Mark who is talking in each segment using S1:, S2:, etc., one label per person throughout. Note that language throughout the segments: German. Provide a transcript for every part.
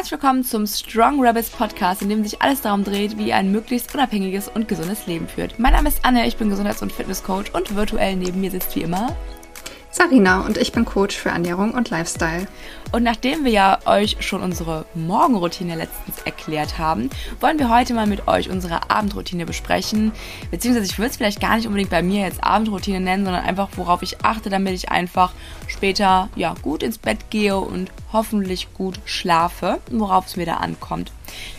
S1: Herzlich willkommen zum Strong Rebels Podcast, in dem sich alles darum dreht, wie ihr ein möglichst unabhängiges und gesundes Leben führt. Mein Name ist Anne, ich bin Gesundheits- und Fitnesscoach und virtuell neben mir sitzt wie immer
S2: Sarina und ich bin Coach für Ernährung und Lifestyle.
S1: Und nachdem wir ja euch schon unsere Morgenroutine letztens erklärt haben, wollen wir heute mal mit euch unsere Abendroutine besprechen. Beziehungsweise ich würde es vielleicht gar nicht unbedingt bei mir jetzt Abendroutine nennen, sondern einfach worauf ich achte, damit ich einfach später gut ins Bett gehe und hoffentlich gut schlafe, worauf es mir da ankommt.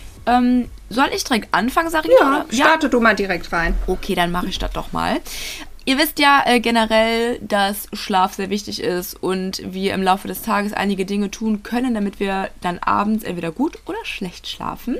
S1: Soll ich direkt anfangen, Sarina?
S2: Ja, starte du mal direkt rein.
S1: Okay, dann mache ich das doch mal. Ihr wisst ja generell, dass Schlaf sehr wichtig ist und wir im Laufe des Tages einige Dinge tun können, damit wir dann abends entweder gut oder schlecht schlafen.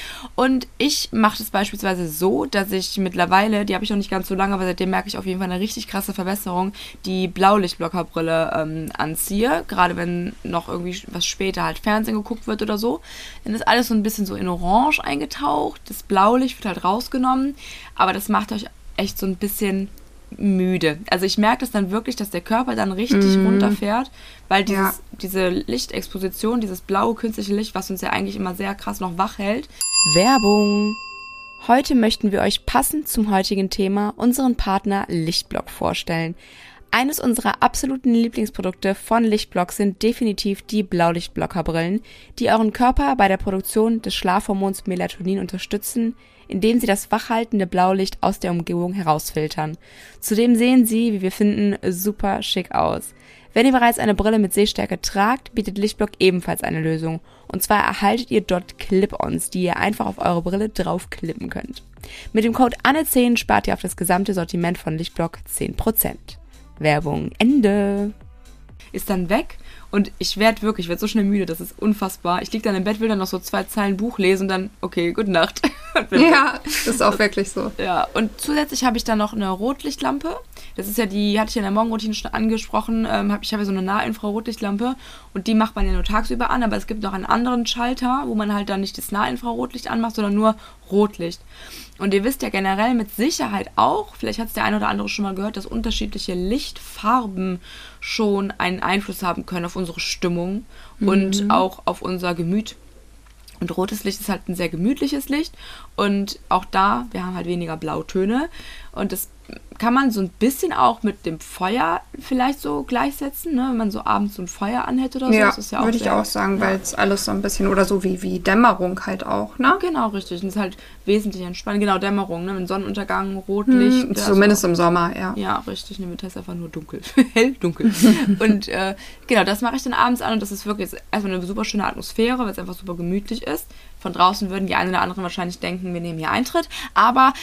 S1: Und ich mache das beispielsweise so, dass ich mittlerweile, die habe ich noch nicht ganz so lange, aber seitdem merke ich auf jeden Fall eine richtig krasse Verbesserung, die Blaulichtblockerbrille anziehe. Gerade wenn noch irgendwie was später halt Fernsehen geguckt wird oder so. Dann ist alles so ein bisschen so in Orange eingetaucht. Das Blaulicht wird halt rausgenommen, aber das macht euch echt so ein bisschen müde. Also ich merke das dann wirklich, dass der Körper dann richtig runterfährt, weil diese Lichtexposition, dieses blaue künstliche Licht, was uns ja eigentlich immer sehr krass noch wach hält. Werbung! Heute möchten wir euch passend zum heutigen Thema unseren Partner Lichtblock vorstellen. Eines unserer absoluten Lieblingsprodukte von Lichtblock sind definitiv die Blaulichtblockerbrillen, die euren Körper bei der Produktion des Schlafhormons Melatonin unterstützen, indem sie das wachhaltende Blaulicht aus der Umgebung herausfiltern. Zudem sehen sie, wie wir finden, super schick aus. Wenn ihr bereits eine Brille mit Sehstärke tragt, bietet Lichtblock ebenfalls eine Lösung. Und zwar erhaltet ihr dort Clip-Ons, die ihr einfach auf eure Brille draufklippen könnt. Mit dem Code ANNE10 spart ihr auf das gesamte Sortiment von Lichtblock 10%. Werbung Ende. Ist dann weg und ich werde so schnell müde, das ist unfassbar. Ich liege dann im Bett, will dann noch so 2 Zeilen Buch lesen und dann, okay, gute Nacht.
S2: Ja, das ist auch wirklich so.
S1: Ja, und zusätzlich habe ich dann noch eine Rotlichtlampe. Das ist ja die hatte ich ja in der Morgenroutine schon angesprochen. Ich habe ja so eine Nahinfrarotlichtlampe und die macht man ja nur tagsüber an, aber es gibt noch einen anderen Schalter, wo man halt dann nicht das Nahinfrarotlicht anmacht, sondern nur Rotlicht. Und ihr wisst ja generell mit Sicherheit auch, vielleicht hat es der eine oder andere schon mal gehört, dass unterschiedliche Lichtfarben schon einen Einfluss haben können auf unsere Stimmung und auch auf unser Gemüt. Und rotes Licht ist halt ein sehr gemütliches Licht und auch da, wir haben halt weniger Blautöne und das kann man so ein bisschen auch mit dem Feuer vielleicht so gleichsetzen, ne? Wenn man so abends so ein Feuer anhält oder so.
S2: Ja,
S1: das ist ja auch
S2: würde ich auch sagen, weil es alles so ein bisschen, oder so wie Dämmerung halt auch, ne?
S1: Genau, richtig. Und es ist halt wesentlich entspannend. Genau, Dämmerung, ne? Mit Sonnenuntergang, Rotlicht.
S2: Zumindest im Sommer, ja.
S1: Ja, richtig. Ne, mit ist einfach nur dunkel. Hell, dunkel. Und genau, das mache ich dann abends an und das ist wirklich erstmal eine super schöne Atmosphäre, weil es einfach super gemütlich ist. Von draußen würden die einen oder anderen wahrscheinlich denken, wir nehmen hier Eintritt, aber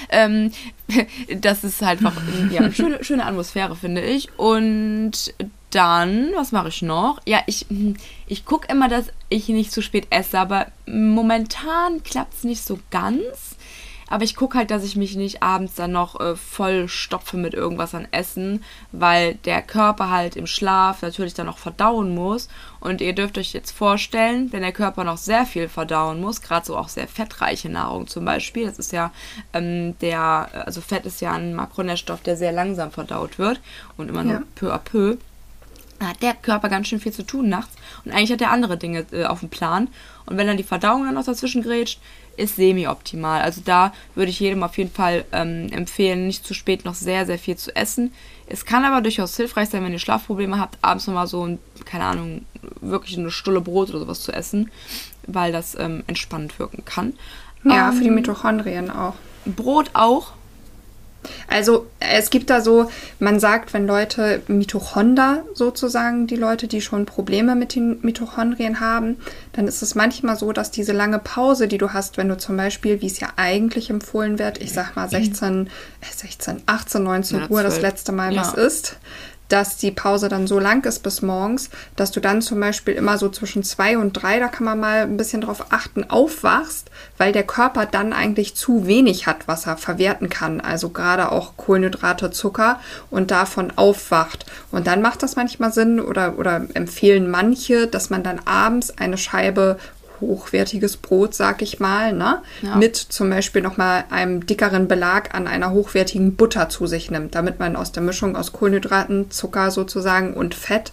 S1: das ist halt einfach eine schöne Atmosphäre, finde ich. Und dann, was mache ich noch? Ja, ich gucke immer, dass ich nicht zu spät esse, aber momentan klappt es nicht so ganz. Aber ich gucke halt, dass ich mich nicht abends dann noch voll stopfe mit irgendwas an Essen, weil der Körper halt im Schlaf natürlich dann noch verdauen muss. Und ihr dürft euch jetzt vorstellen, wenn der Körper noch sehr viel verdauen muss, gerade so auch sehr fettreiche Nahrung zum Beispiel, das ist ja also Fett ist ja ein Makronährstoff, der sehr langsam verdaut wird und immer nur peu à peu. Da hat der Körper ganz schön viel zu tun nachts und eigentlich hat er andere Dinge auf dem Plan. Und wenn dann die Verdauung dann noch dazwischen grätscht, ist semi-optimal. Also da würde ich jedem auf jeden Fall empfehlen, nicht zu spät noch sehr, sehr viel zu essen. Es kann aber durchaus hilfreich sein, wenn ihr Schlafprobleme habt, abends nochmal so, keine Ahnung, wirklich eine Stulle Brot oder sowas zu essen, weil das entspannend wirken kann.
S2: Ja, für die Mitochondrien auch.
S1: Brot auch.
S2: Also es gibt da so, man sagt, wenn Leute Mitochonder sozusagen, die Leute, die schon Probleme mit den Mitochondrien haben, dann ist es manchmal so, dass diese lange Pause, die du hast, wenn du zum Beispiel, wie es ja eigentlich empfohlen wird, ich sag mal 18, 19 Uhr das letzte Mal was isst, dass die Pause dann so lang ist bis morgens, dass du dann zum Beispiel immer so zwischen 2 und 3, da kann man mal ein bisschen drauf achten, aufwachst, weil der Körper dann eigentlich zu wenig hat, was er verwerten kann. Also gerade auch Kohlenhydrate, Zucker und davon aufwacht. Und dann macht das manchmal Sinn oder empfehlen manche, dass man dann abends eine Scheibe hochwertiges Brot, sag ich mal, ne? Ja. Mit zum Beispiel nochmal einem dickeren Belag an einer hochwertigen Butter zu sich nimmt, damit man aus der Mischung aus Kohlenhydraten, Zucker sozusagen und Fett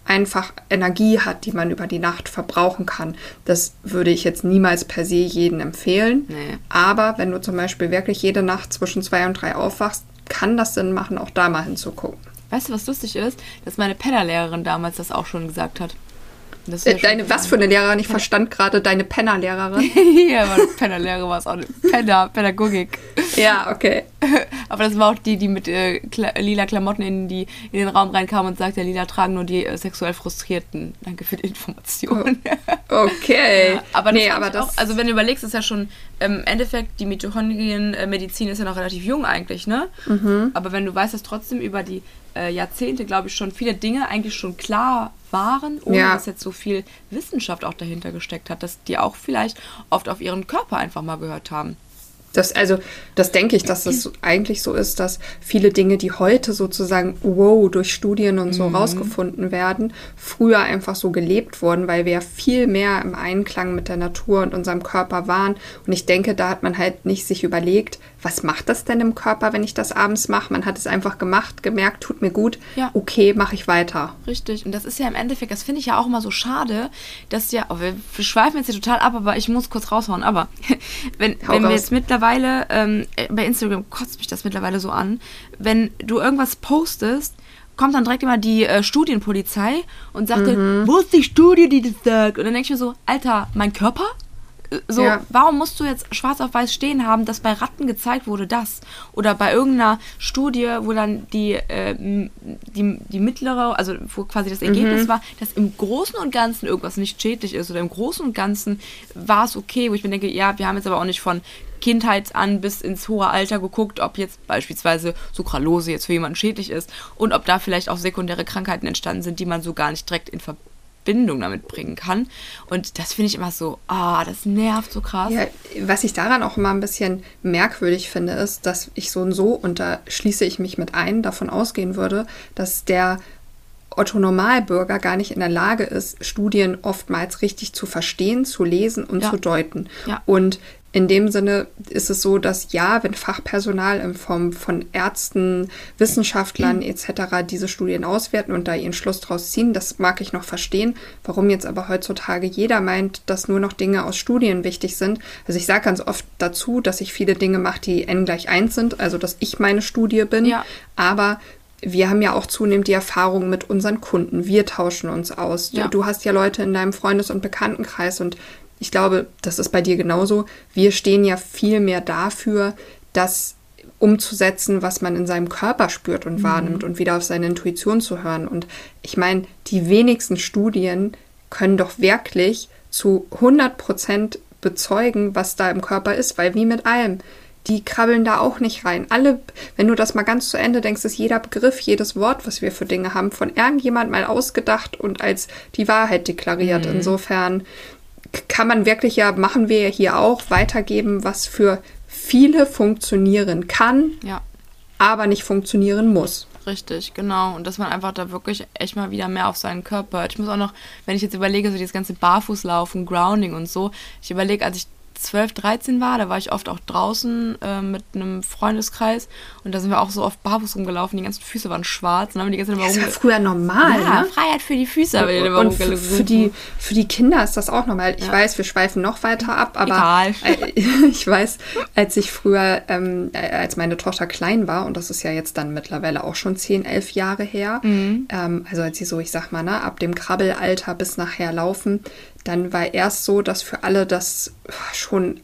S2: einfach Energie hat, die man über die Nacht verbrauchen kann. Das würde ich jetzt niemals per se jedem empfehlen.
S1: Nee.
S2: Aber wenn du zum Beispiel wirklich jede Nacht zwischen 2 und 3 aufwachst, kann das Sinn machen, auch da mal hinzugucken.
S1: Weißt du, was lustig ist? Dass meine Pennerlehrerin damals das auch schon gesagt hat. Das
S2: Was für eine Lehrerin? Ich verstand gerade deine Pennerlehrerin.
S1: Ja, meine Pennerlehrerin war es auch eine Pädagogik.
S2: Ja, okay.
S1: Aber das war auch die mit lila Klamotten in den Raum reinkam und sagte, lila tragen nur die sexuell Frustrierten. Danke für die Information.
S2: Okay.
S1: Ja, aber das auch, also wenn du überlegst, ist ja schon im Endeffekt, die Mitochondrien-Medizin ist ja noch relativ jung eigentlich, ne? Mhm. Aber wenn du weißt, dass trotzdem über die Jahrzehnte, glaube ich, schon viele Dinge eigentlich schon klar waren, ohne dass jetzt so viel Wissenschaft auch dahinter gesteckt hat, dass die auch vielleicht oft auf ihren Körper einfach mal gehört haben.
S2: Das denke ich, dass das eigentlich so ist, dass viele Dinge, die heute sozusagen durch Studien und so rausgefunden werden, früher einfach so gelebt wurden, weil wir viel mehr im Einklang mit der Natur und unserem Körper waren. Und ich denke, da hat man halt nicht sich überlegt, was macht das denn im Körper, wenn ich das abends mache? Man hat es einfach gemacht, gemerkt, tut mir gut, okay, mache ich weiter.
S1: Richtig, und das ist ja im Endeffekt, das finde ich ja auch immer so schade, dass wir schweifen jetzt hier total ab, aber ich muss kurz raushauen, aber wenn wir jetzt mittlerweile, bei Instagram kotzt mich das mittlerweile so an, wenn du irgendwas postest, kommt dann direkt immer die Studienpolizei und sagt, wo ist die Studie, die das sagt? Und dann denke ich mir so, Alter, mein Körper? So, warum musst du jetzt schwarz auf weiß stehen haben, dass bei Ratten gezeigt wurde, das? Oder bei irgendeiner Studie, wo dann die mittlere, also wo quasi das Ergebnis war, dass im Großen und Ganzen irgendwas nicht schädlich ist oder im Großen und Ganzen war es okay, wo ich mir denke, ja, wir haben jetzt aber auch nicht von Kindheit an bis ins hohe Alter geguckt, ob jetzt beispielsweise Sucralose jetzt für jemanden schädlich ist und ob da vielleicht auch sekundäre Krankheiten entstanden sind, die man so gar nicht direkt in Verbindung damit bringen kann. Und das finde ich immer so, das nervt so krass.
S2: Ja, was ich daran auch immer ein bisschen merkwürdig finde, ist, dass ich so und so, und da schließe ich mich mit ein, davon ausgehen würde, dass der Otto-Normalbürger gar nicht in der Lage ist, Studien oftmals richtig zu verstehen, zu lesen und zu deuten. Ja. Und in dem Sinne ist es so, dass wenn Fachpersonal in Form von Ärzten, Wissenschaftlern etc. diese Studien auswerten und da ihren Schluss draus ziehen, das mag ich noch verstehen. Warum jetzt aber heutzutage jeder meint, dass nur noch Dinge aus Studien wichtig sind. Also ich sage ganz oft dazu, dass ich viele Dinge mache, die n=1 sind, also dass ich meine Studie bin. Ja. Aber wir haben ja auch zunehmend die Erfahrung mit unseren Kunden. Wir tauschen uns aus. Ja. Du hast ja Leute in deinem Freundes- und Bekanntenkreis und ich glaube, das ist bei dir genauso. Wir stehen ja viel mehr dafür, das umzusetzen, was man in seinem Körper spürt und wahrnimmt und wieder auf seine Intuition zu hören. Und ich meine, die wenigsten Studien können doch wirklich zu 100% bezeugen, was da im Körper ist, weil wie mit allem, die krabbeln da auch nicht rein. Alle, wenn du das mal ganz zu Ende denkst, ist jeder Begriff, jedes Wort, was wir für Dinge haben, von irgendjemand mal ausgedacht und als die Wahrheit deklariert. Insofern kann man wirklich machen wir ja hier auch, weitergeben, was für viele funktionieren kann, aber nicht funktionieren muss.
S1: Richtig, genau. Und dass man einfach da wirklich echt mal wieder mehr auf seinen Körper hört. Ich muss auch noch, wenn ich jetzt überlege, so dieses ganze Barfußlaufen, Grounding und so, ich überlege, als ich 12, 13 war, da war ich oft auch draußen mit einem Freundeskreis und da sind wir auch so oft barfuß rumgelaufen, die ganzen Füße waren schwarz und haben die ganze Zeit
S2: das war früher normal,
S1: ne? Freiheit für die Füße.
S2: Und für die Kinder ist das auch normal. Ich weiß, wir schweifen noch weiter ab, aber ich weiß, als ich früher, als meine Tochter klein war, und das ist ja jetzt dann mittlerweile auch schon 10, 11 Jahre her, also als sie so, ich sag mal, ab dem Krabbelalter bis nachher laufen, dann war erst so, dass für alle das schon,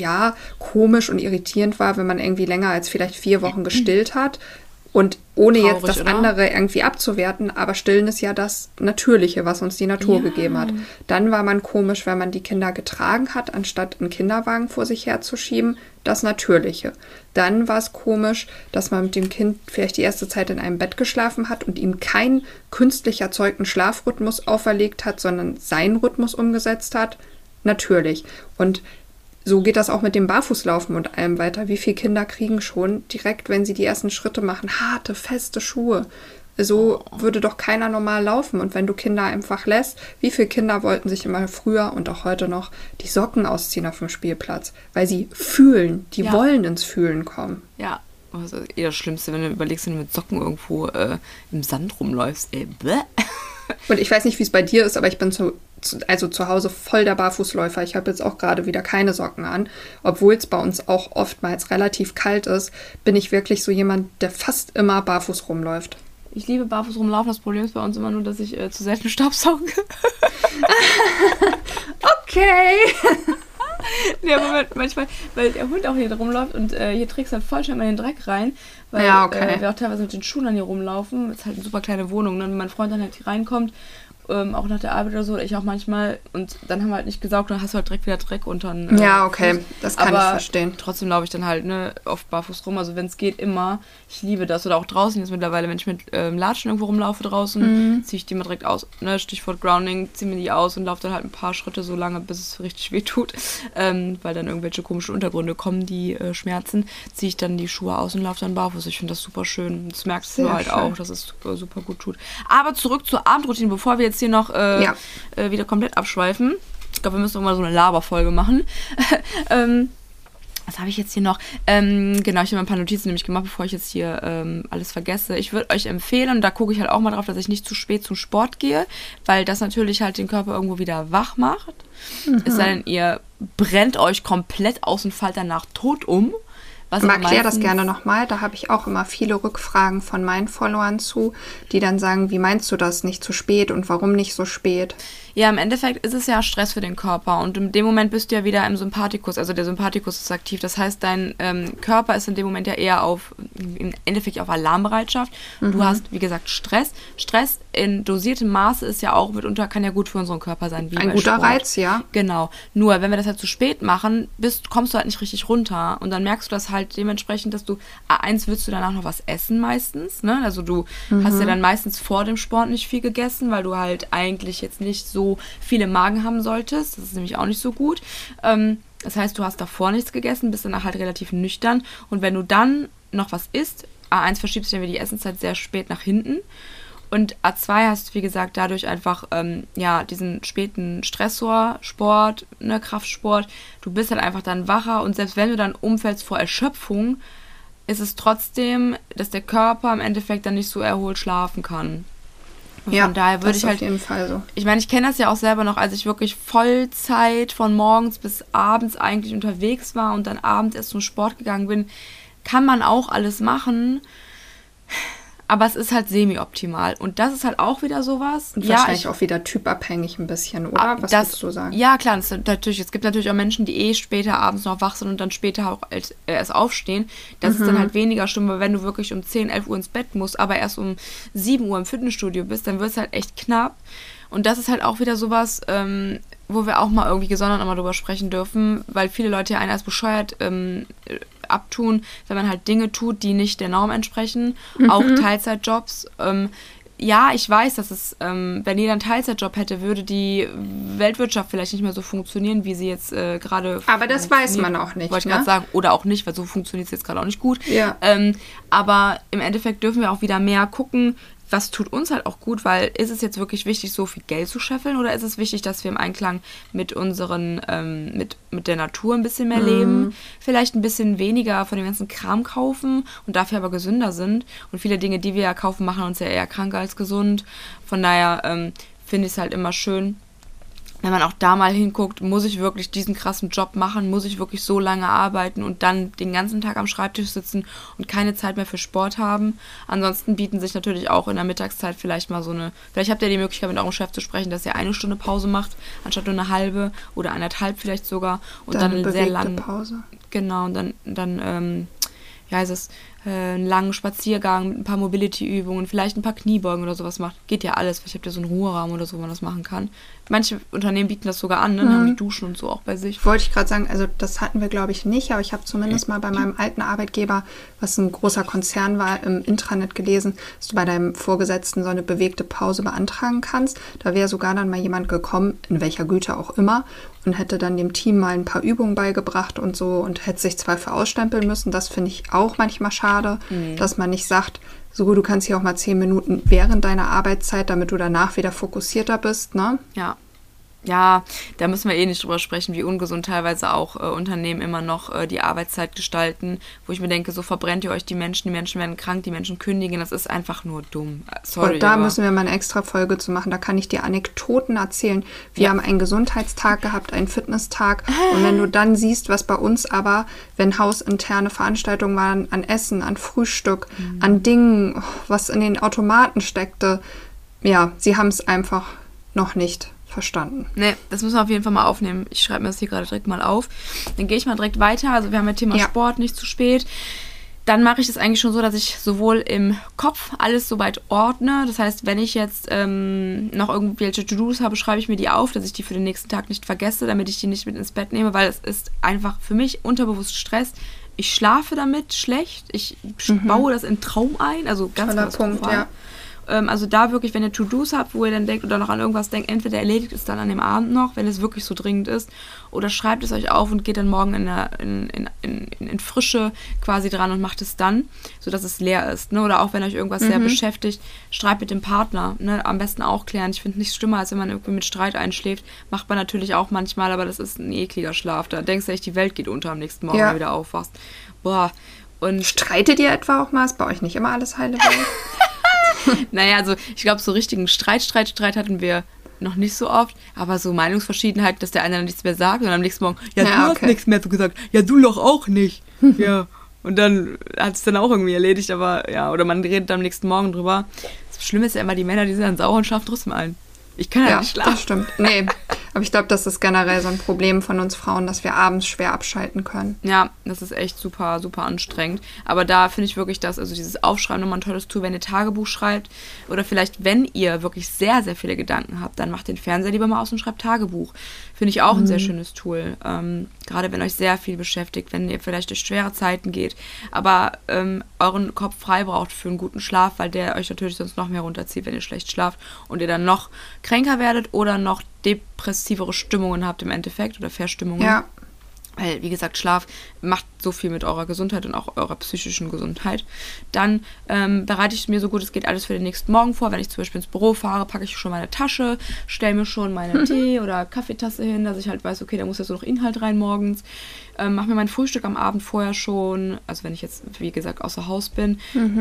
S2: komisch und irritierend war, wenn man irgendwie länger als vielleicht 4 Wochen gestillt hat. Und ohne traurig, jetzt das oder? Andere irgendwie abzuwerten, aber Stillen ist ja das Natürliche, was uns die Natur gegeben hat. Dann war man komisch, wenn man die Kinder getragen hat, anstatt einen Kinderwagen vor sich herzuschieben, das Natürliche. Dann war es komisch, dass man mit dem Kind vielleicht die erste Zeit in einem Bett geschlafen hat und ihm keinen künstlich erzeugten Schlafrhythmus auferlegt hat, sondern seinen Rhythmus umgesetzt hat. Natürlich. Und so geht das auch mit dem Barfußlaufen und allem weiter. Wie viele Kinder kriegen schon direkt, wenn sie die ersten Schritte machen, harte, feste Schuhe? So würde doch keiner normal laufen. Und wenn du Kinder einfach lässt, wie viele Kinder wollten sich immer früher und auch heute noch die Socken ausziehen auf dem Spielplatz? Weil sie fühlen, die wollen ins Fühlen kommen.
S1: Ja, also eher das Schlimmste, wenn du überlegst, wenn du mit Socken irgendwo im Sand rumläufst.
S2: Und ich weiß nicht, wie es bei dir ist, aber ich bin zu Hause voll der Barfußläufer. Ich habe jetzt auch gerade wieder keine Socken an. Obwohl es bei uns auch oftmals relativ kalt ist, bin ich wirklich so jemand, der fast immer barfuß rumläuft.
S1: Ich liebe barfuß rumlaufen. Das Problem ist bei uns immer nur, dass ich zu selten staubsauge.
S2: Okay.
S1: Ja, aber manchmal, weil der Hund auch hier rumläuft und hier trägst du halt voll schnell mal den Dreck rein, weil
S2: ja, okay.
S1: Wir auch teilweise mit den Schuhen an hier rumlaufen. Das ist halt eine super kleine Wohnung. Ne? Wenn mein Freund dann halt hier reinkommt, auch nach der Arbeit oder so, oder ich auch manchmal, und dann haben wir halt nicht gesaugt, dann hast du halt direkt wieder Dreck unter.
S2: Ja, okay, das kann ich verstehen.
S1: Trotzdem laufe ich dann halt oft barfuß rum, also wenn es geht, immer. Ich liebe das. Oder auch draußen jetzt mittlerweile, wenn ich mit Latschen irgendwo rumlaufe draußen, ziehe ich die mal direkt aus. Ne? Stichwort Grounding, ziehe mir die aus und laufe dann halt ein paar Schritte so lange, bis es richtig weh tut, weil dann irgendwelche komischen Untergründe kommen, die schmerzen, ziehe ich dann die Schuhe aus und laufe dann barfuß. Ich finde das super schön. Das merkst du halt auch, dass es super, super gut tut. Aber zurück zur Abendroutine, bevor wir jetzt hier noch wieder komplett abschweifen. Ich glaube, wir müssen irgendwann so eine Laberfolge machen. Was habe ich jetzt hier noch? Genau, ich habe mir ein paar Notizen nämlich gemacht, bevor ich jetzt hier alles vergesse. Ich würde euch empfehlen, und da gucke ich halt auch mal drauf, dass ich nicht zu spät zum Sport gehe, weil das natürlich halt den Körper irgendwo wieder wach macht. Es sei denn, ihr brennt euch komplett aus und fallt danach tot um.
S2: Erklär das gerne nochmal. Da habe ich auch immer viele Rückfragen von meinen Followern zu, die dann sagen, wie meinst du das, nicht zu spät und warum nicht so spät?
S1: Ja, im Endeffekt ist es ja Stress für den Körper und in dem Moment bist du ja wieder im Sympathikus, also der Sympathikus ist aktiv, das heißt, dein Körper ist in dem Moment ja eher im Endeffekt auf Alarmbereitschaft. Du hast, wie gesagt, Stress. Stress in dosiertem Maße ist ja auch mitunter, kann ja gut für unseren Körper sein. Wie
S2: ein guter Sport. Reiz, ja.
S1: Genau. Nur, wenn wir das halt zu spät machen, kommst du halt nicht richtig runter und dann merkst du das halt dementsprechend, dass du, eins willst du danach noch was essen meistens, ne? Also du hast ja dann meistens vor dem Sport nicht viel gegessen, weil du halt eigentlich jetzt nicht so viele Magen haben solltest. Das ist nämlich auch nicht so gut. Das heißt, du hast davor nichts gegessen, bist danach halt relativ nüchtern. Und wenn du dann noch was isst, A1 verschiebt sich dann wieder die Essenszeit sehr spät nach hinten. Und A2 hast du, wie gesagt, dadurch einfach diesen späten Stressor, Sport, Kraftsport. Du bist halt einfach dann wacher. Und selbst wenn du dann umfällst vor Erschöpfung, ist es trotzdem, dass der Körper im Endeffekt dann nicht so erholt schlafen kann. Und von daher würde ich halt, auf jeden Fall so. Ich meine, ich kenne das ja auch selber noch, als ich wirklich Vollzeit von morgens bis abends eigentlich unterwegs war und dann abends erst zum Sport gegangen bin, kann man auch alles machen, aber es ist halt semi-optimal. Und das ist halt auch wieder sowas.
S2: Und wahrscheinlich auch wieder typabhängig ein bisschen, oder? Was würdest du sagen?
S1: Ja, klar. Es gibt natürlich auch Menschen, die später abends noch wach sind und dann später auch erst aufstehen. Das ist dann halt weniger schlimm, weil wenn du wirklich um 10, 11 Uhr ins Bett musst, aber erst um 7 Uhr im Fitnessstudio bist, dann wird es halt echt knapp. Und das ist halt auch wieder sowas, wo wir auch mal irgendwie gesondert nochmal drüber sprechen dürfen, weil viele Leute ja einen als bescheuert abtun, wenn man halt Dinge tut, die nicht der Norm entsprechen, auch Teilzeitjobs. Ja, ich weiß, dass es, wenn jeder einen Teilzeitjob hätte, würde die Weltwirtschaft vielleicht nicht mehr so funktionieren, wie sie jetzt gerade
S2: Aber das weiß man auch nicht.
S1: Wollte ich gerade sagen, oder auch nicht, weil so funktioniert es jetzt gerade auch nicht gut.
S2: Ja.
S1: Aber im Endeffekt dürfen wir auch wieder mehr gucken, was tut uns halt auch gut, weil ist es jetzt wirklich wichtig, so viel Geld zu scheffeln oder ist es wichtig, dass wir im Einklang mit unseren, mit der Natur ein bisschen mehr leben, vielleicht ein bisschen weniger von dem ganzen Kram kaufen und dafür aber gesünder sind und viele Dinge, die wir ja kaufen, machen uns ja eher krank als gesund. Von daher finde ich es halt immer schön, wenn man auch da mal hinguckt, muss ich wirklich diesen krassen Job machen, muss ich wirklich so lange arbeiten und dann den ganzen Tag am Schreibtisch sitzen und keine Zeit mehr für Sport haben. Ansonsten bieten sich natürlich auch in der Mittagszeit vielleicht mal vielleicht habt ihr die Möglichkeit, mit eurem Chef zu sprechen, dass ihr 1 Stunde Pause macht, anstatt nur eine halbe oder 1,5 vielleicht sogar. Und dann eine sehr lange
S2: Pause.
S1: Genau, und dann einen langen Spaziergang mit ein paar Mobility-Übungen, vielleicht ein paar Kniebeugen oder sowas macht. Geht ja alles. Vielleicht habt ihr so einen Ruheraum oder so, wo man das machen kann. Manche Unternehmen bieten das sogar an, ne? Dann haben die Duschen und so auch bei sich.
S2: Wollte ich gerade sagen, also das hatten wir, glaube ich, nicht, aber ich habe zumindest mal bei meinem alten Arbeitgeber, was ein großer Konzern war, im Intranet gelesen, dass du bei deinem Vorgesetzten so eine bewegte Pause beantragen kannst. Da wäre sogar dann mal jemand gekommen, in welcher Güte auch immer, und hätte dann dem Team mal ein paar Übungen beigebracht und so und hätte sich zwar für ausstempeln müssen. Das finde ich auch manchmal schade, dass man nicht sagt, so, du kannst hier auch mal 10 Minuten während deiner Arbeitszeit, damit du danach wieder fokussierter bist, ne?
S1: Ja. Ja, da müssen wir eh nicht drüber sprechen, wie ungesund teilweise auch Unternehmen immer noch die Arbeitszeit gestalten, wo ich mir denke, so verbrennt ihr euch die Menschen werden krank, die Menschen kündigen, das ist einfach nur dumm. Sorry,
S2: und da müssen wir mal eine extra Folge zu machen, da kann ich dir Anekdoten erzählen. Wir haben einen Gesundheitstag gehabt, einen Fitnesstag und wenn du dann siehst, was bei uns aber, wenn hausinterne Veranstaltungen waren, an Essen, an Frühstück, an Dingen, was in den Automaten steckte, ja, sie haben es einfach noch nicht verstanden.
S1: Nee, das müssen wir auf jeden Fall mal aufnehmen. Ich schreibe mir das hier gerade direkt mal auf. Dann gehe ich mal direkt weiter. Also wir haben ja Thema Sport, nicht zu spät. Dann mache ich das eigentlich schon so, dass ich sowohl im Kopf alles soweit ordne. Das heißt, wenn ich jetzt noch irgendwelche To-Dos habe, schreibe ich mir die auf, dass ich die für den nächsten Tag nicht vergesse, damit ich die nicht mit ins Bett nehme, weil es ist einfach für mich unterbewusst Stress. Ich schlafe damit schlecht. Ich baue das in Traum ein. Also ganz
S2: toller Punkt, ja.
S1: Also da wirklich, wenn ihr To-Dos habt, wo ihr dann denkt oder noch an irgendwas denkt, entweder erledigt es dann an dem Abend noch, wenn es wirklich so dringend ist, oder schreibt es euch auf und geht dann morgen in Frische quasi dran und macht es dann, sodass es leer ist. Ne? Oder auch wenn euch irgendwas sehr beschäftigt, schreibt mit dem Partner. Ne? Am besten auch klären. Ich finde nichts schlimmer, als wenn man irgendwie mit Streit einschläft. Macht man natürlich auch manchmal, aber das ist ein ekliger Schlaf. Da denkst du echt, die Welt geht unter am nächsten Morgen, wenn du wieder aufwachst. Boah. Und
S2: streitet ihr etwa auch mal? Ist bei euch nicht immer alles heile Welt?
S1: Naja, also ich glaube, so richtigen Streit hatten wir noch nicht so oft, aber so Meinungsverschiedenheit, dass der eine dann nichts mehr sagt und am nächsten Morgen, du hast nichts mehr so gesagt, ja, du doch auch nicht. Ja, und dann hat es dann auch irgendwie erledigt, aber ja, oder man redet am nächsten Morgen drüber. Das Schlimme ist ja immer, die Männer, die sind dann sauer und schlafen trotzdem ein. Ich kann ja nicht schlafen.
S2: Das stimmt. Nee, aber ich glaube, das ist generell so ein Problem von uns Frauen, dass wir abends schwer abschalten können.
S1: Ja, das ist echt super, super anstrengend. Aber da finde ich wirklich, dass also dieses Aufschreiben nochmal ein tolles Tool, wenn ihr Tagebuch schreibt oder vielleicht, wenn ihr wirklich sehr, sehr viele Gedanken habt, dann macht den Fernseher lieber mal aus und schreibt Tagebuch. Finde ich auch ein sehr schönes Tool. Gerade wenn euch sehr viel beschäftigt, wenn ihr vielleicht durch schwere Zeiten geht, aber euren Kopf frei braucht für einen guten Schlaf, weil der euch natürlich sonst noch mehr runterzieht, wenn ihr schlecht schlaft und ihr dann noch kränker werdet oder noch depressivere Stimmungen habt im Endeffekt oder Verstimmungen.
S2: Ja.
S1: Weil, wie gesagt, Schlaf macht so viel mit eurer Gesundheit und auch eurer psychischen Gesundheit. Dann bereite ich mir so gut es geht alles für den nächsten Morgen vor. Wenn ich zum Beispiel ins Büro fahre, packe ich schon meine Tasche, stelle mir schon meine Tee- oder Kaffeetasse hin, dass ich halt weiß, okay, da muss jetzt so noch Inhalt rein morgens. Mache mir mein Frühstück am Abend vorher schon, also wenn ich jetzt, wie gesagt, außer Haus bin.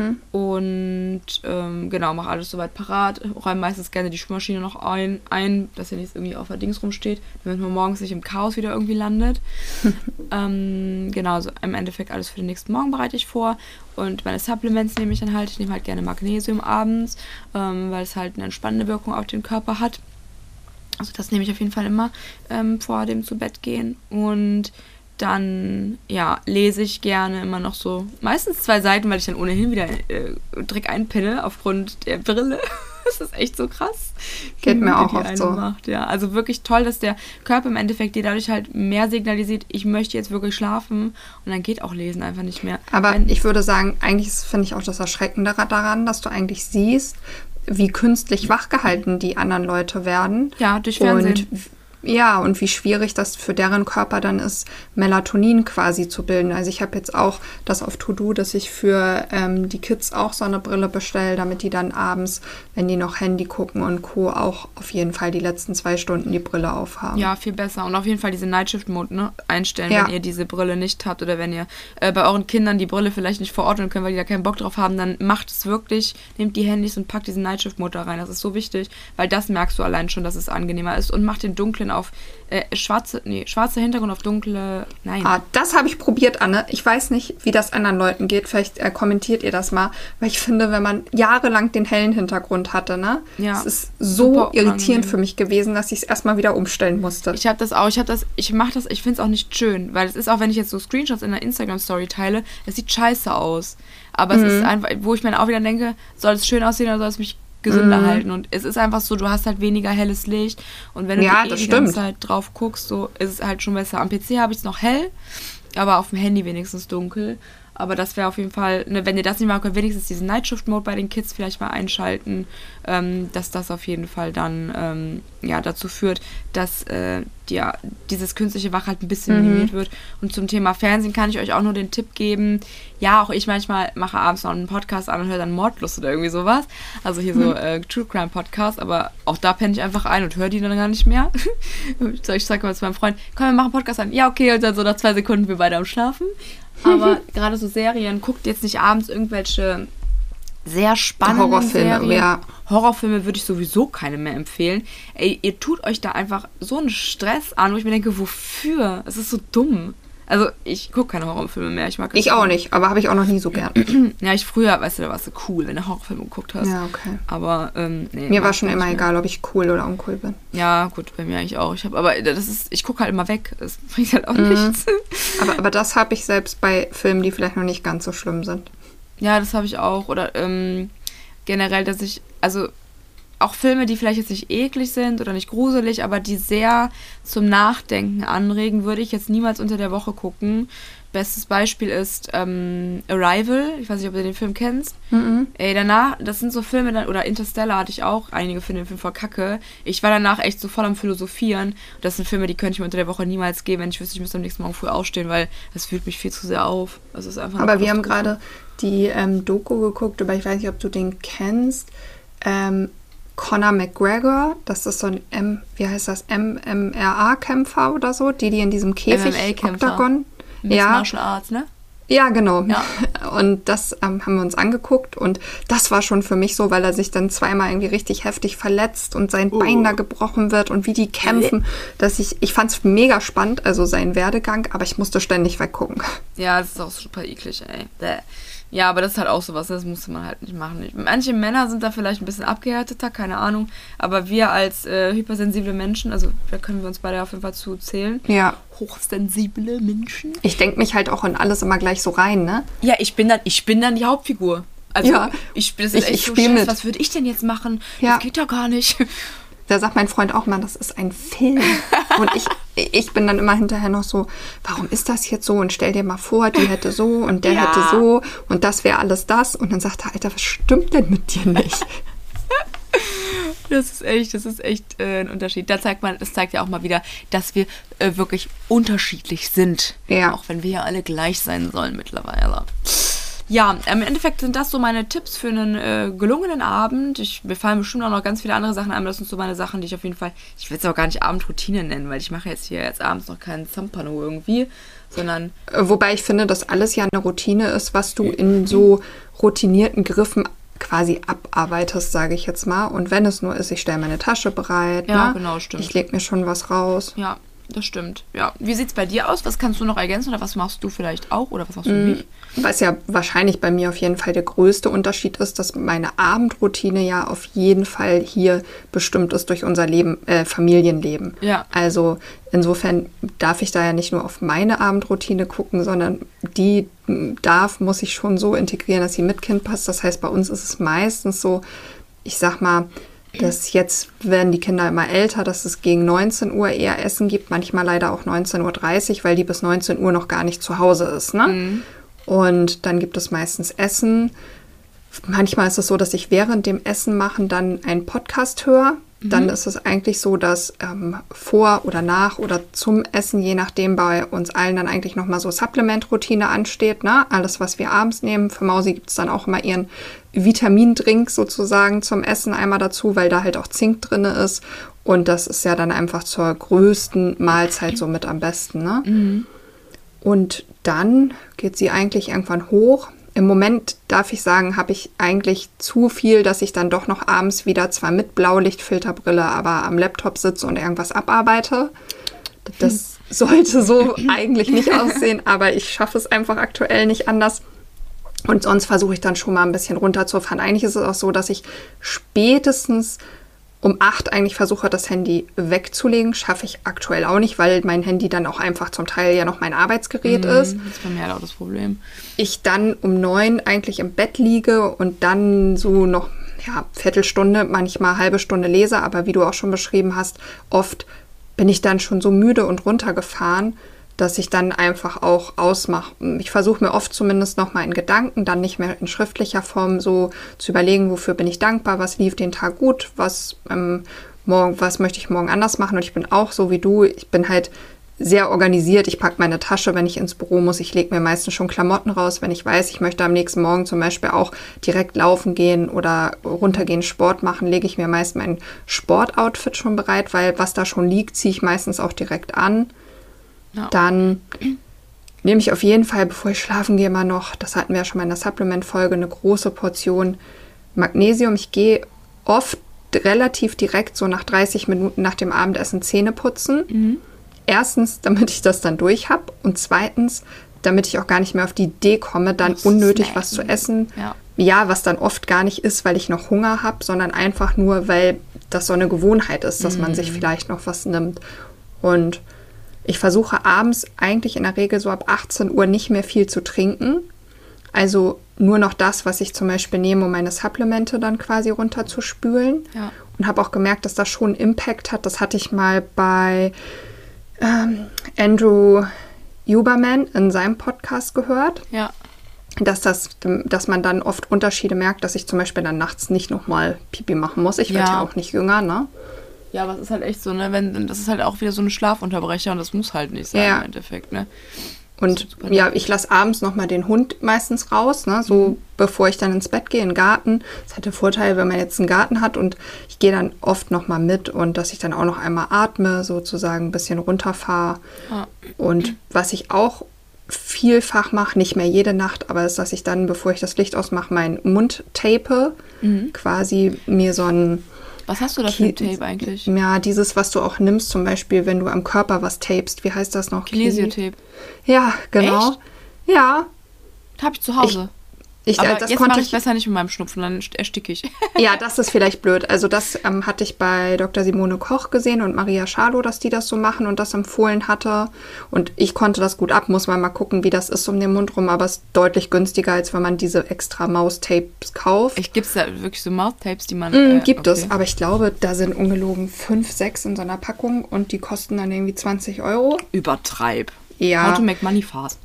S1: Und genau, mache alles soweit parat. Räume meistens gerne die Spülmaschine noch ein, dass ja nichts irgendwie auf der Dings rumsteht, damit man morgens nicht im Chaos wieder irgendwie landet. Genau, also im Endeffekt alles für den nächsten Morgen bereite ich vor. Und meine Supplements nehme ich dann halt. Ich nehme halt gerne Magnesium abends, weil es halt eine entspannende Wirkung auf den Körper hat. Also das nehme ich auf jeden Fall immer vor dem zu Bett gehen. Und dann, ja, lese ich gerne immer noch so meistens 2 Seiten, weil ich dann ohnehin wieder direkt einpenne aufgrund der Brille. Das ist echt so krass.
S2: Geht mir auch oft so.
S1: Macht, ja. Also wirklich toll, dass der Körper im Endeffekt dir dadurch halt mehr signalisiert, ich möchte jetzt wirklich schlafen und dann geht auch Lesen einfach nicht mehr.
S2: Aber ich würde sagen, eigentlich finde ich auch das Erschreckende daran, dass du eigentlich siehst, wie künstlich wachgehalten die anderen Leute werden.
S1: Ja, durch Fernsehen.
S2: Und wie schwierig das für deren Körper dann ist, Melatonin quasi zu bilden. Also ich habe jetzt auch das auf To-Do, dass ich für die Kids auch so eine Brille bestelle, damit die dann abends, wenn die noch Handy gucken und Co., auch auf jeden Fall die letzten 2 Stunden die Brille aufhaben.
S1: Ja, viel besser. Und auf jeden Fall diese Nightshift-Mode einstellen, wenn ihr diese Brille nicht habt oder wenn ihr bei euren Kindern die Brille vielleicht nicht verordnen könnt, weil die da keinen Bock drauf haben, dann macht es wirklich, nehmt die Handys und packt diesen Nightshift-Mode da rein. Das ist so wichtig, weil das merkst du allein schon, dass es angenehmer ist und macht den dunklen auf schwarzer Hintergrund auf dunkle, nein.
S2: Das habe ich probiert, Anne. Ich weiß nicht, wie das anderen Leuten geht. Vielleicht kommentiert ihr das mal. Weil ich finde, wenn man jahrelang den hellen Hintergrund hatte, ne? Ja. Es ist so irritierend für mich gewesen, dass ich es erstmal wieder umstellen musste.
S1: Ich habe das auch. Ich finde es auch nicht schön. Weil es ist auch, wenn ich jetzt so Screenshots in der Instagram-Story teile, es sieht scheiße aus. Aber es ist einfach, wo ich mir auch wieder denke, soll es schön aussehen oder soll es mich gesünder halten. Und es ist einfach so, du hast halt weniger helles Licht und wenn du die ganze Zeit drauf guckst, so ist es halt schon besser. Am PC habe ich es noch hell, aber auf dem Handy wenigstens dunkel. Aber das wäre auf jeden Fall, ne, wenn ihr das nicht machen könnt, wenigstens diesen Nightshift-Mode bei den Kids vielleicht mal einschalten, dass das auf jeden Fall dann dazu führt, dass dieses künstliche Wach halt ein bisschen minimiert wird. Und zum Thema Fernsehen kann ich euch auch nur den Tipp geben, ja, auch ich manchmal mache abends noch einen Podcast an und höre dann Mordlust oder irgendwie sowas. Also hier so True Crime Podcast, aber auch da penne ich einfach ein und höre die dann gar nicht mehr. Ich sage mal zu meinem Freund, komm, wir machen einen Podcast an. Ja, okay, und dann so nach 2 Sekunden wir beide am Schlafen. Aber gerade so Serien, guckt jetzt nicht abends irgendwelche sehr spannenden
S2: Horrorfilme,
S1: Serien.
S2: ja.
S1: Horrorfilme würde ich sowieso keine mehr empfehlen. Ey, ihr tut euch da einfach so einen Stress an, wo ich mir denke, wofür? Es ist so dumm. Also, ich gucke keine Horrorfilme mehr.
S2: Ich auch nicht, aber habe ich auch noch nie so gern.
S1: Ja, ich früher, weißt du, da warst du cool, wenn du Horrorfilme geguckt hast.
S2: Ja, okay.
S1: Aber, nee.
S2: Mir war schon immer egal, ob ich cool oder uncool bin.
S1: Ja, gut, bei mir eigentlich auch. Ich gucke halt immer weg. Das bringt halt auch nichts.
S2: Aber das habe ich selbst bei Filmen, die vielleicht noch nicht ganz so schlimm sind.
S1: Ja, das habe ich auch. Oder generell, dass ich, also auch Filme, die vielleicht jetzt nicht eklig sind oder nicht gruselig, aber die sehr zum Nachdenken anregen, würde ich jetzt niemals unter der Woche gucken. Bestes Beispiel ist Arrival. Ich weiß nicht, ob du den Film kennst. Ey, danach, das sind so Filme, oder Interstellar hatte ich auch. Einige finden den Film voll kacke. Ich war danach echt so voll am Philosophieren. Das sind Filme, die könnte ich mir unter der Woche niemals geben, wenn ich wüsste, ich müsste am nächsten Morgen früh aufstehen, weil das fühlt mich viel zu sehr auf. Das ist einfach.
S2: Aber wir haben gerade die Doku geguckt, aber ich weiß nicht, ob du den kennst. Conor McGregor, das ist so ein MMA-Kämpfer oder so, die in diesem Käfig-Oktagon.
S1: Ja. Martial Arts, ne?
S2: Ja, genau.
S1: Ja.
S2: Und das haben wir uns angeguckt und das war schon für mich so, weil er sich dann zweimal irgendwie richtig heftig verletzt und sein Bein da gebrochen wird und wie die kämpfen, dass ich fand es mega spannend, also sein Werdegang, aber ich musste ständig weggucken.
S1: Ja, das ist auch super eklig, ey. Bäh. Ja, aber das ist halt auch sowas, das musste man halt nicht machen. Manche Männer sind da vielleicht ein bisschen abgehärteter, keine Ahnung. Aber wir als hypersensible Menschen, also da können wir uns beide auf jeden Fall zu zählen.
S2: Ja.
S1: Hochsensible Menschen.
S2: Ich denke mich halt auch in alles immer gleich so rein, ne?
S1: Ja, ich bin dann die Hauptfigur. Also
S2: ja.
S1: Das ist echt so scheiße. Was würde ich denn jetzt machen? Ja. Das geht ja gar nicht.
S2: Da sagt mein Freund auch mal, das ist ein Film. Und ich bin dann immer hinterher noch so, warum ist das jetzt so? Und stell dir mal vor, die hätte so und der hätte so und das wäre alles das. Und dann sagt er, Alter, was stimmt denn mit dir nicht?
S1: Das ist echt ein Unterschied. Das zeigt ja auch mal wieder, dass wir wirklich unterschiedlich sind.
S2: Ja.
S1: Auch wenn wir ja alle gleich sein sollen mittlerweile. Ja, im Endeffekt sind das so meine Tipps für einen gelungenen Abend. Mir fallen bestimmt auch noch ganz viele andere Sachen ein. Das sind so meine Sachen, die ich auf jeden Fall, ich will es aber gar nicht Abendroutine nennen, weil ich mache jetzt abends noch keinen Zampano irgendwie, sondern...
S2: Wobei ich finde, dass alles ja eine Routine ist, was du in so routinierten Griffen quasi abarbeitest, sage ich jetzt mal. Und wenn es nur ist, ich stelle meine Tasche bereit.
S1: Ja,
S2: ne?
S1: Genau, stimmt.
S2: Ich lege mir schon was raus.
S1: Ja, das stimmt. Ja. Wie sieht's bei dir aus? Was kannst du noch ergänzen oder was machst du vielleicht auch oder was machst du nicht?
S2: Was ja wahrscheinlich bei mir auf jeden Fall der größte Unterschied ist, dass meine Abendroutine ja auf jeden Fall hier bestimmt ist durch unser Familienleben.
S1: Ja.
S2: Also insofern darf ich da ja nicht nur auf meine Abendroutine gucken, sondern muss ich schon so integrieren, dass sie mit Kind passt. Das heißt, bei uns ist es meistens so, ich sag mal, dass jetzt werden die Kinder immer älter, dass es gegen 19 Uhr eher Essen gibt, manchmal leider auch 19.30 Uhr, weil die bis 19 Uhr noch gar nicht zu Hause ist, ne? Und dann gibt es meistens Essen. Manchmal ist es so, dass ich während dem Essen machen dann einen Podcast höre. Dann ist es eigentlich so, dass vor oder nach oder zum Essen, je nachdem bei uns allen dann eigentlich nochmal so Supplement-Routine ansteht. Ne? Alles, was wir abends nehmen. Für Mausi gibt es dann auch immer ihren Vitamindrink sozusagen zum Essen einmal dazu, weil da halt auch Zink drin ist. Und das ist ja dann einfach zur größten Mahlzeit so mit am besten. Ne? Und dann geht sie eigentlich irgendwann hoch. Im Moment, darf ich sagen, habe ich eigentlich zu viel, dass ich dann doch noch abends wieder zwar mit Blaulichtfilterbrille, aber am Laptop sitze und irgendwas abarbeite. Das sollte so eigentlich nicht aussehen, aber ich schaffe es einfach aktuell nicht anders. Und sonst versuche ich dann schon mal ein bisschen runterzufahren. Eigentlich ist es auch so, dass ich spätestens um 8 eigentlich versuche, das Handy wegzulegen. Schaffe ich aktuell auch nicht, weil mein Handy dann auch einfach zum Teil ja noch mein Arbeitsgerät ist.
S1: Das ist bei mir halt auch das Problem.
S2: Ich dann um 9 eigentlich im Bett liege und dann so noch Viertelstunde, manchmal halbe Stunde lese. Aber wie du auch schon beschrieben hast, oft bin ich dann schon so müde und runtergefahren, dass ich dann einfach auch ausmache. Ich versuche mir oft zumindest noch mal in Gedanken, dann nicht mehr in schriftlicher Form so zu überlegen, wofür bin ich dankbar, was lief den Tag gut, was was möchte ich morgen anders machen. Und ich bin auch so wie du, ich bin halt sehr organisiert. Ich packe meine Tasche, wenn ich ins Büro muss. Ich lege mir meistens schon Klamotten raus, wenn ich weiß, ich möchte am nächsten Morgen zum Beispiel auch direkt laufen gehen oder runtergehen, Sport machen, lege ich mir meist mein Sportoutfit schon bereit, weil was da schon liegt, ziehe ich meistens auch direkt an. Ja. Dann nehme ich auf jeden Fall, bevor ich schlafen gehe, mal noch, das hatten wir ja schon mal in der Supplement-Folge, eine große Portion Magnesium. Ich gehe oft relativ direkt so nach 30 Minuten nach dem Abendessen Zähne putzen. Mhm. Erstens, damit ich das dann durch habe und zweitens, damit ich auch gar nicht mehr auf die Idee komme, dann unnötig was zu essen. Ja, was dann oft gar nicht ist, weil ich noch Hunger habe, sondern einfach nur, weil das so eine Gewohnheit ist, dass man sich vielleicht noch was nimmt. Und ich versuche abends eigentlich in der Regel so ab 18 Uhr nicht mehr viel zu trinken. Also nur noch das, was ich zum Beispiel nehme, um meine Supplemente dann quasi runterzuspülen. Ja. Und habe auch gemerkt, dass das schon Impact hat. Das hatte ich mal bei Andrew Huberman in seinem Podcast gehört. Ja. Dass man dann oft Unterschiede merkt, dass ich zum Beispiel dann nachts nicht nochmal Pipi machen muss. Ich werde ja auch nicht jünger, ne?
S1: Ja, aber es ist halt echt so, ne? Das ist halt auch wieder so ein Schlafunterbrecher und das muss halt nicht sein im Endeffekt, ne?
S2: Und ja, ich lasse abends nochmal den Hund meistens raus, ne? So bevor ich dann ins Bett gehe, in den Garten. Das hat den Vorteil, wenn man jetzt einen Garten hat und ich gehe dann oft nochmal mit und dass ich dann auch noch einmal atme, sozusagen ein bisschen runterfahre. Ja. Und was ich auch vielfach mache, nicht mehr jede Nacht, aber ist, dass ich dann, bevor ich das Licht ausmache, meinen Mund tape, quasi mir so ein...
S1: Was hast du da für ein Tape eigentlich?
S2: Ja, dieses, was du auch nimmst, zum Beispiel, wenn du am Körper was tapest. Wie heißt das noch?
S1: Kinesiotape.
S2: Ja, genau. Echt? Ja.
S1: Das habe ich zu Hause. Aber das jetzt mache ich besser nicht mit meinem Schnupfen, dann ersticke ich.
S2: Ja, das ist vielleicht blöd. Also das hatte ich bei Dr. Simone Koch gesehen und Maria Schalow, dass die das so machen und das empfohlen hatte. Und ich konnte das gut ab, muss man mal gucken, wie das ist um den Mund rum. Aber es ist deutlich günstiger, als wenn man diese extra Maustapes kauft.
S1: Gibt es da wirklich so Maustapes, die man...
S2: Gibt es, aber ich glaube, da sind ungelogen 5, 6 in so einer Packung und die kosten dann irgendwie 20 €.
S1: Übertreib.
S2: Ja.
S1: How to make money fast.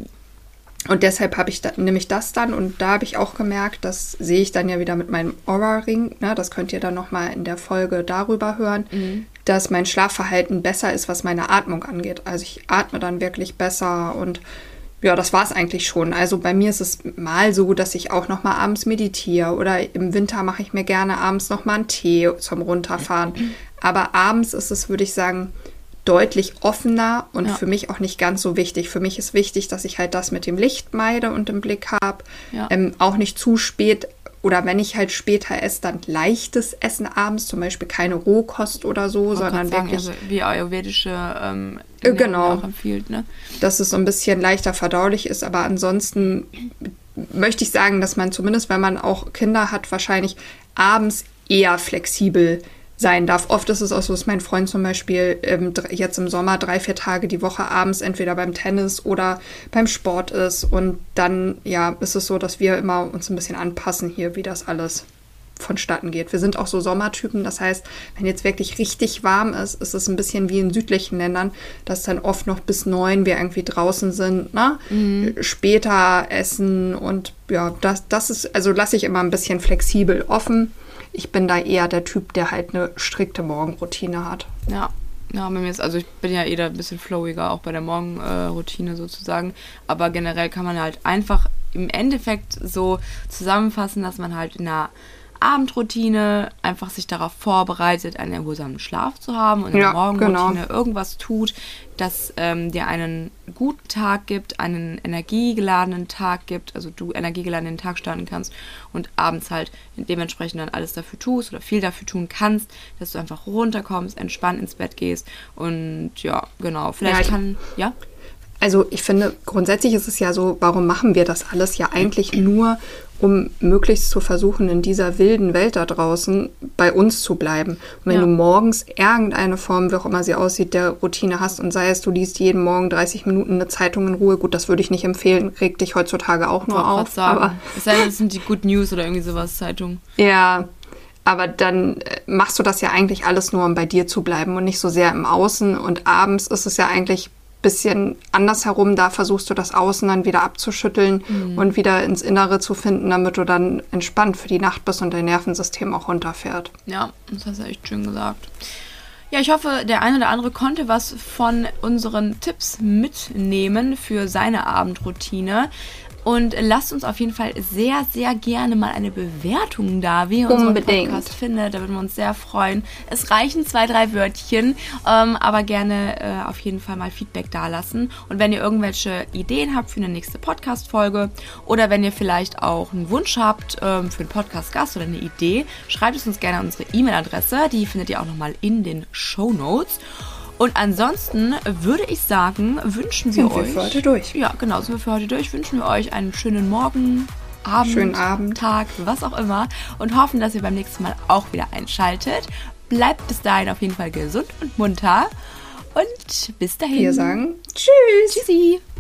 S2: Und deshalb nehme ich das dann und da habe ich auch gemerkt, das sehe ich dann ja wieder mit meinem Oura-Ring, ne, das könnt ihr dann nochmal in der Folge darüber hören, dass mein Schlafverhalten besser ist, was meine Atmung angeht. Also ich atme dann wirklich besser und ja, das war es eigentlich schon. Also bei mir ist es mal so, dass ich auch nochmal abends meditiere oder im Winter mache ich mir gerne abends nochmal einen Tee zum Runterfahren. Aber abends ist es, würde ich sagen, deutlich offener und für mich auch nicht ganz so wichtig. Für mich ist wichtig, dass ich halt das mit dem Licht meide und im Blick habe. Ja. Auch nicht zu spät oder wenn ich halt später esse, dann leichtes Essen abends, zum Beispiel keine Rohkost oder so, sondern wirklich...
S1: Also wie ayurvedische
S2: genau.
S1: auch empfiehlt, ne?
S2: Dass es so ein bisschen leichter verdaulich ist, aber ansonsten möchte ich sagen, dass man zumindest, wenn man auch Kinder hat, wahrscheinlich abends eher flexibel sein darf. Oft ist es auch so, dass mein Freund zum Beispiel jetzt im Sommer 3, 4 Tage die Woche abends entweder beim Tennis oder beim Sport ist und dann, ja, ist es so, dass wir immer uns ein bisschen anpassen hier, wie das alles vonstatten geht. Wir sind auch so Sommertypen, das heißt, wenn jetzt wirklich richtig warm ist, ist es ein bisschen wie in südlichen Ländern, dass dann oft noch bis 9 wir irgendwie draußen sind, ne? Später essen und ja, das ist, also lasse ich immer ein bisschen flexibel offen. Ich bin da eher der Typ, der halt eine strikte Morgenroutine hat.
S1: Ja, bei mir ist, also ich bin ja eher ein bisschen flowiger, auch bei der Morgenroutine sozusagen. Aber generell kann man halt einfach im Endeffekt so zusammenfassen, dass man halt in einer Abendroutine einfach sich darauf vorbereitet, einen erholsamen Schlaf zu haben und in der Morgenroutine irgendwas tut, das dir einen guten Tag gibt, einen energiegeladenen Tag gibt, also du energiegeladen in den Tag starten kannst und abends halt dementsprechend dann alles dafür tust oder viel dafür tun kannst, dass du einfach runterkommst, entspannt ins Bett gehst und ja, genau, vielleicht
S2: Also ich finde, grundsätzlich ist es ja so, warum machen wir das alles ja eigentlich nur, um möglichst zu versuchen, in dieser wilden Welt da draußen bei uns zu bleiben. Und wenn du morgens irgendeine Form, wie auch immer sie aussieht, der Routine hast und sei es, du liest jeden Morgen 30 Minuten eine Zeitung in Ruhe, gut, das würde ich nicht empfehlen, regt dich heutzutage auch nur auf.
S1: Aber es sei denn, das sind die Good News oder irgendwie sowas, Zeitungen.
S2: Ja, aber dann machst du das ja eigentlich alles nur, um bei dir zu bleiben und nicht so sehr im Außen. Und abends ist es ja eigentlich bisschen andersherum, da versuchst du das Außen dann wieder abzuschütteln und wieder ins Innere zu finden, damit du dann entspannt für die Nacht bist und dein Nervensystem auch runterfährt.
S1: Ja, das hast du echt schön gesagt. Ja, ich hoffe, der eine oder andere konnte was von unseren Tipps mitnehmen für seine Abendroutine. Und lasst uns auf jeden Fall sehr, sehr gerne mal eine Bewertung da, wie ihr unseren Podcast findet. Da würden wir uns sehr freuen. Es reichen 2, 3 Wörtchen, aber gerne auf jeden Fall mal Feedback dalassen. Und wenn ihr irgendwelche Ideen habt für eine nächste Podcast-Folge oder wenn ihr vielleicht auch einen Wunsch habt für einen Podcast-Gast oder eine Idee, schreibt es uns gerne an unsere E-Mail-Adresse. Die findet ihr auch nochmal in den Shownotes. Und ansonsten würde ich sagen, wünschen wir euch...
S2: Sind wir für heute durch.
S1: Ja, genau, sind wir für heute durch. Wünschen wir euch einen schönen Morgen,
S2: schönen Abend,
S1: Tag, was auch immer. Und hoffen, dass ihr beim nächsten Mal auch wieder einschaltet. Bleibt bis dahin auf jeden Fall gesund und munter. Und bis dahin.
S2: Wir sagen Tschüss.
S1: Tschüssi.